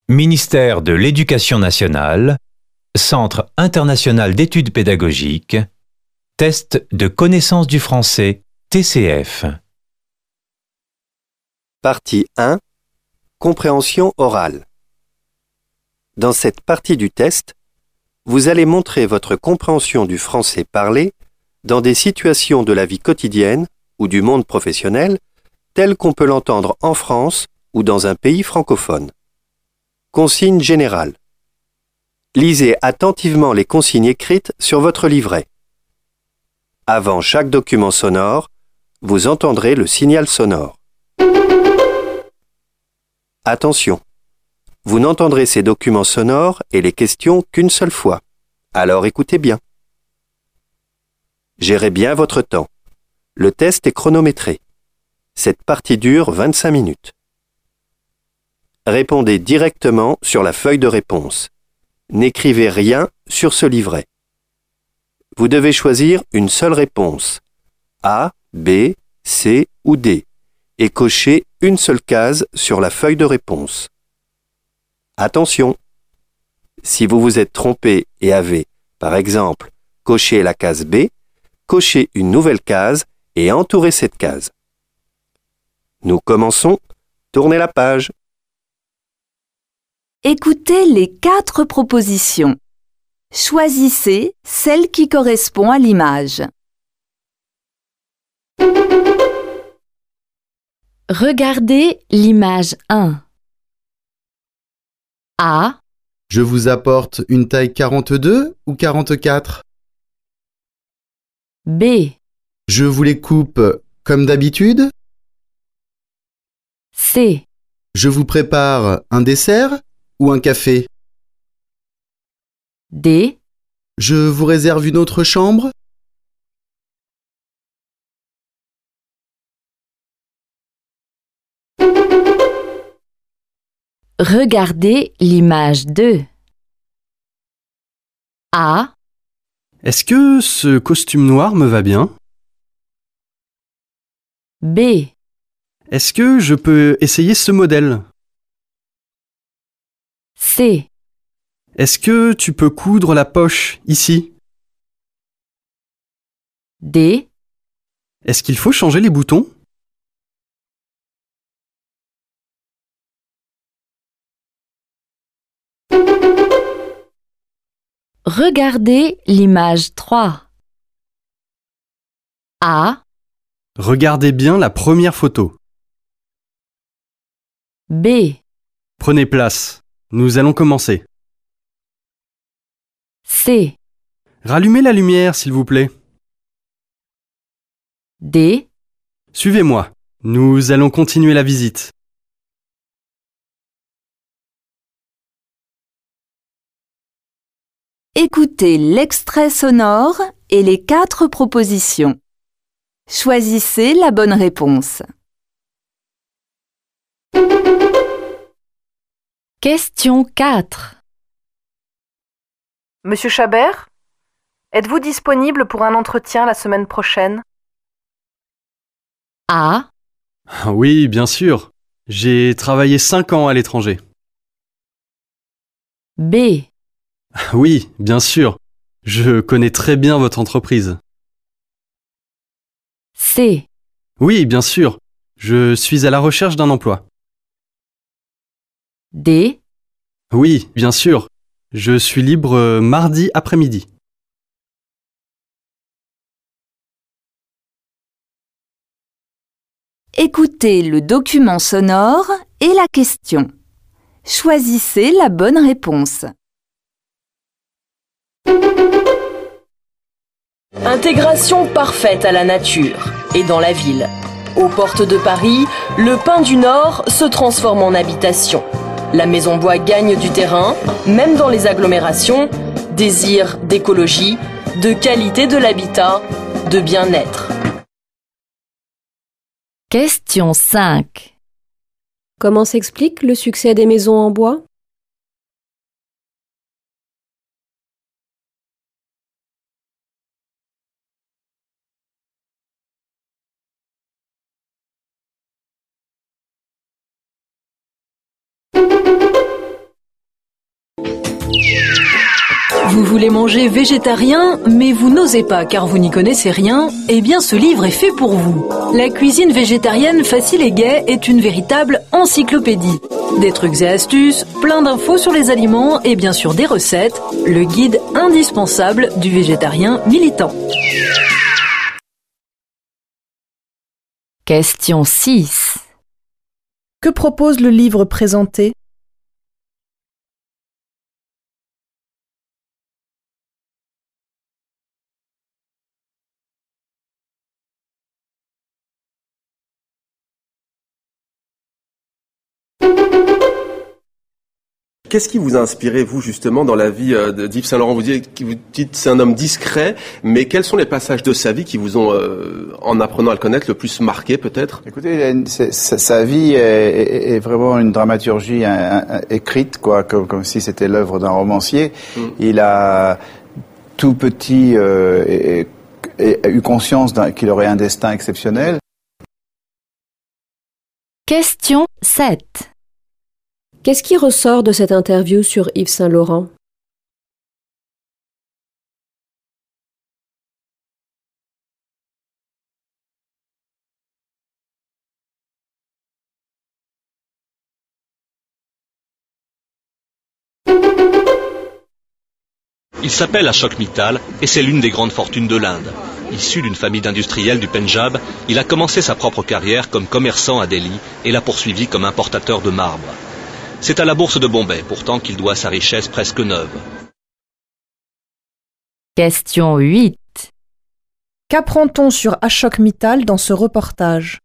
Ministère de l'Éducation nationale, Centre international d'études pédagogiques, Test de connaissance du français, TCF. Partie 1. Compréhension orale. Dans cette partie du test, vous allez montrer votre compréhension du français parlé dans des situations de la vie quotidienne ou du monde professionnel telles qu'on peut l'entendre en France ou dans un pays francophone. Consigne générale. Lisez attentivement les consignes écrites sur votre livret. Avant chaque document sonore, vous entendrez le signal sonore. Attention, vous n'entendrez ces documents sonores et les questions qu'une seule fois. Alors écoutez bien. Gérez bien votre temps. Le test est chronométré. Cette partie dure 25 minutes. Répondez directement sur la feuille de réponse. N'écrivez rien sur ce livret. Vous devez choisir une seule réponse, A, B, C ou D, et cocher une seule case sur la feuille de réponse. Attention! Si vous vous êtes trompé et avez, par exemple, coché la case B, cochez une nouvelle case et entourez cette case. Nous commençons. Tournez la page. Écoutez les 4 propositions. Choisissez celle qui correspond à l'image. Regardez l'image 1. A. Je vous apporte une taille 42 ou 44? B. Je vous les coupe comme d'habitude? C. Je vous prépare un dessert ou un café? D. Je vous réserve une autre chambre? Regardez l'image 2. A. Est-ce que ce costume noir me va bien? B. Est-ce que je peux essayer ce modèle? C. Est-ce que tu peux coudre la poche ici? D. Est-ce qu'il faut changer les boutons? Regardez l'image 3. A. Regardez bien la première photo. B. Prenez place. Nous allons commencer. C. Rallumez la lumière, s'il vous plaît. D. Suivez-moi. Nous allons continuer la visite. Écoutez l'extrait sonore et les 4 propositions. Choisissez la bonne réponse. Question 4. Monsieur Chabert, êtes-vous disponible pour un entretien la semaine prochaine? A. Oui, bien sûr. J'ai travaillé 5 ans à l'étranger. B. Oui, bien sûr. Je connais très bien votre entreprise. C. Oui, bien sûr. Je suis à la recherche d'un emploi. D. Oui, bien sûr. Je suis libre mardi après-midi. Écoutez le document sonore et la question. Choisissez la bonne réponse. Intégration parfaite à la nature et dans la ville. Aux portes de Paris, le Pin du Nord se transforme en habitation. La Maison Bois gagne du terrain, même dans les agglomérations. Désir d'écologie, de qualité de l'habitat, de bien-être. Question 5. Comment s'explique le succès des maisons en bois? Vous voulez manger végétarien, mais vous n'osez pas car vous n'y connaissez rien? Eh bien, ce livre est fait pour vous. La cuisine végétarienne facile et gaie est une véritable encyclopédie. Des trucs et astuces, plein d'infos sur les aliments et bien sûr des recettes, le guide indispensable du végétarien militant. Question 6. Que propose le livre présenté? Qu'est-ce qui vous a inspiré, vous, justement, dans la vie d'Yves Saint-Laurent? Vous dites c'est un homme discret, mais quels sont les passages de sa vie qui vous ont, en apprenant à le connaître, le plus marqué, peut-être? Écoutez, sa vie est vraiment une dramaturgie écrite, quoi, comme si c'était l'œuvre d'un romancier. Il a, tout petit, eu conscience qu'il aurait un destin exceptionnel. Question 7. Qu'est-ce qui ressort de cette interview sur Yves Saint-Laurent? Il s'appelle Ashok Mittal et c'est l'une des grandes fortunes de l'Inde. Issu d'une famille d'industriels du Pendjab, il a commencé sa propre carrière comme commerçant à Delhi et l'a poursuivi comme importateur de marbre. C'est à la bourse de Bombay, pourtant, qu'il doit sa richesse presque neuve. Question 8. Qu'apprend-on sur Ashok Mittal dans ce reportage?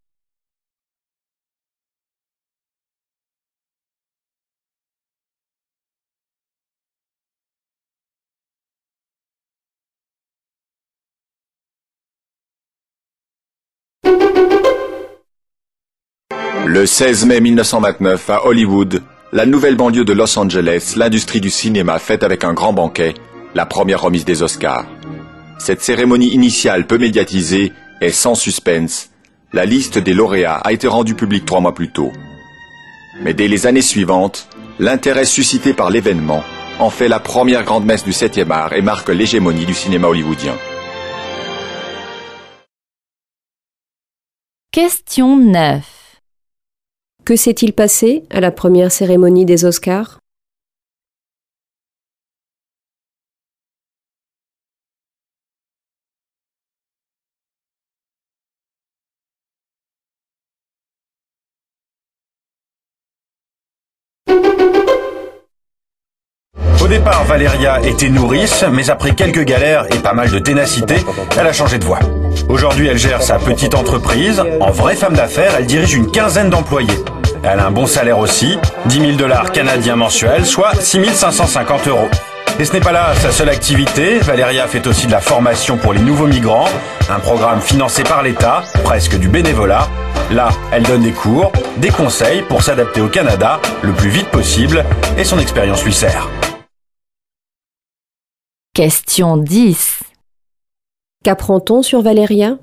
Le 16 mai 1929, à Hollywood, la nouvelle banlieue de Los Angeles, l'industrie du cinéma fête avec un grand banquet la première remise des Oscars. Cette cérémonie initiale peu médiatisée est sans suspense. La liste des lauréats a été rendue publique 3 mois plus tôt. Mais dès les années suivantes, l'intérêt suscité par l'événement en fait la première grande messe du 7e art et marque l'hégémonie du cinéma hollywoodien. Question 9. Que s'est-il passé à la première cérémonie des Oscars? Au départ, Valéria était nourrice, mais après quelques galères et pas mal de ténacité, elle a changé de voie. Aujourd'hui, elle gère sa petite entreprise. En vraie femme d'affaires, elle dirige une quinzaine d'employés. Elle a un bon salaire aussi, 10 000 $ canadiens mensuels, soit 6 550 €. Et ce n'est pas là sa seule activité. Valéria fait aussi de la formation pour les nouveaux migrants, un programme financé par l'État, presque du bénévolat. Là, elle donne des cours, des conseils pour s'adapter au Canada le plus vite possible, et son expérience lui sert. Question 10. Qu'apprend-on sur Valéria?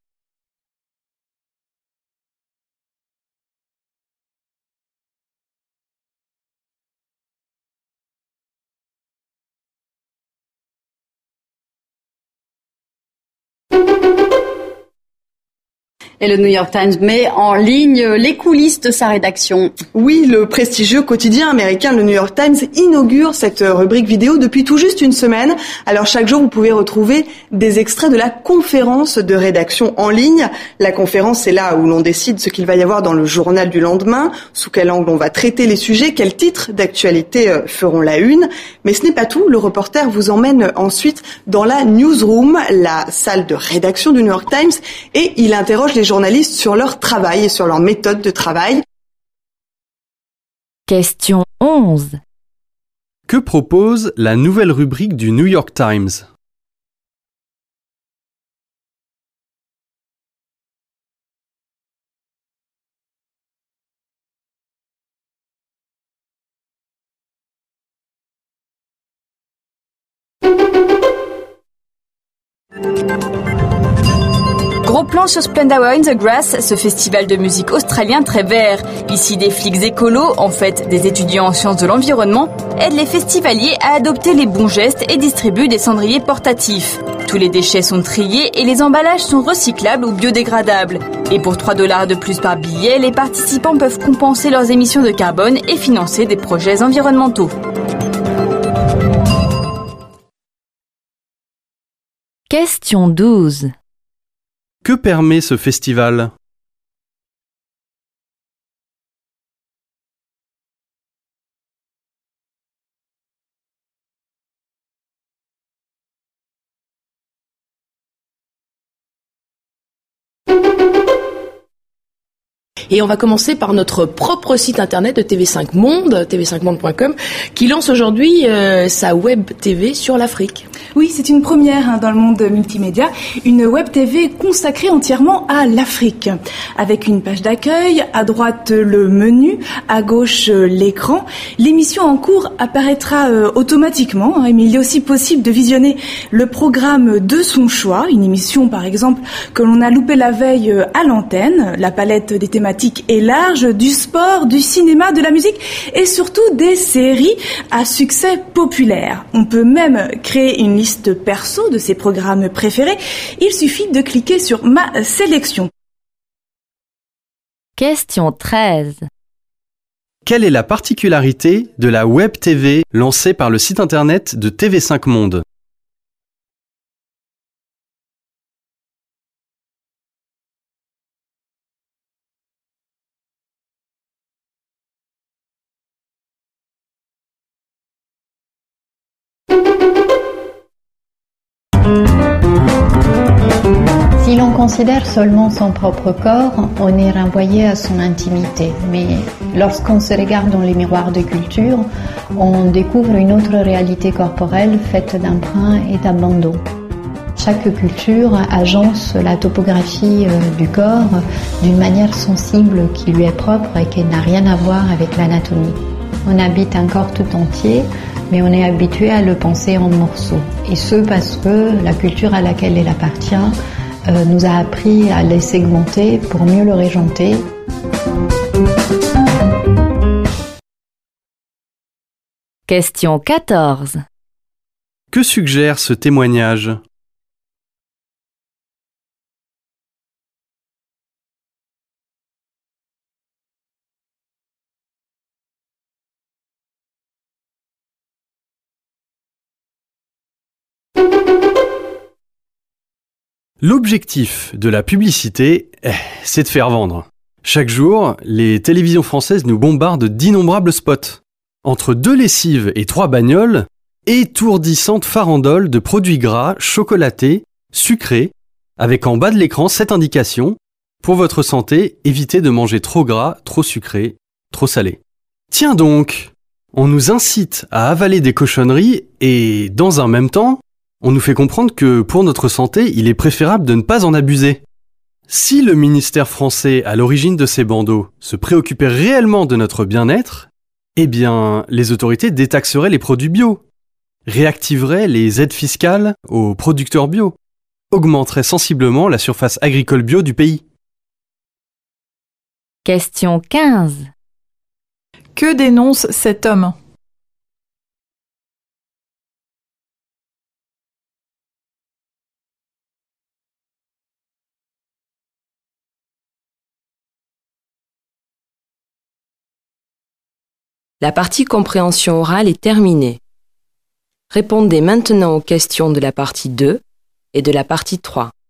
Et le New York Times met en ligne les coulisses de sa rédaction. Oui, le prestigieux quotidien américain, le New York Times, inaugure cette rubrique vidéo depuis tout juste une semaine. Alors chaque jour, vous pouvez retrouver des extraits de la conférence de rédaction en ligne. La conférence, c'est là où l'on décide ce qu'il va y avoir dans le journal du lendemain, sous quel angle on va traiter les sujets, quels titres d'actualité feront la une. Mais ce n'est pas tout, le reporter vous emmène ensuite dans la newsroom, la salle de rédaction du New York Times, et il interroge les journalistes sur leur travail et sur leur méthode de travail. Question 11. Que propose la nouvelle rubrique du New York Times? Gros plan sur Splendour in the Grass, ce festival de musique australien très vert. Ici, des flics écolos, en fait des étudiants en sciences de l'environnement, aident les festivaliers à adopter les bons gestes et distribuent des cendriers portatifs. Tous les déchets sont triés et les emballages sont recyclables ou biodégradables. Et pour 3 $ de plus par billet, les participants peuvent compenser leurs émissions de carbone et financer des projets environnementaux. Question 12. Que permet ce festival ? Et on va commencer par notre propre site internet de TV5 Monde, tv5monde.com, qui lance aujourd'hui sa web TV sur l'Afrique. Oui, c'est une première dans le monde multimédia, une web TV consacrée entièrement à l'Afrique. Avec une page d'accueil, à droite le menu, à gauche l'écran. L'émission en cours apparaîtra automatiquement, mais il est aussi possible de visionner le programme de son choix. Une émission par exemple que l'on a loupé la veille à l'antenne. La palette des thématiques est large, du sport, du cinéma, de la musique et surtout des séries à succès populaire. On peut même créer une liste perso de ses programmes préférés. Il suffit de cliquer sur Ma sélection. Question 13. Quelle est la particularité de la Web TV lancée par le site internet de TV5 Monde ? Si l'on considère seulement son propre corps, on est renvoyé à son intimité. Mais lorsqu'on se regarde dans les miroirs de culture, on découvre une autre réalité corporelle faite d'emprunts et d'abandon. Chaque culture agence la topographie du corps d'une manière sensible qui lui est propre et qui n'a rien à voir avec l'anatomie. On habite un corps tout entier, mais on est habitué à le penser en morceaux. Et ce parce que la culture à laquelle il appartient nous a appris à les segmenter pour mieux le régenter. Question 14. Que suggère ce témoignage ? L'objectif de la publicité, c'est de faire vendre. Chaque jour, les télévisions françaises nous bombardent d'innombrables spots. Entre 2 lessives et 3 bagnoles, étourdissantes farandoles de produits gras, chocolatés, sucrés, avec en bas de l'écran cette indication: pour votre santé, évitez de manger trop gras, trop sucré, trop salé. Tiens donc, on nous incite à avaler des cochonneries et, dans un même temps, on nous fait comprendre que pour notre santé, il est préférable de ne pas en abuser. Si le ministère français, à l'origine de ces bandeaux, se préoccupait réellement de notre bien-être, eh bien, les autorités détaxeraient les produits bio, réactiveraient les aides fiscales aux producteurs bio, augmenteraient sensiblement la surface agricole bio du pays. Question 15. Que dénonce cet homme ? La partie compréhension orale est terminée. Répondez maintenant aux questions de la partie 2 et de la partie 3.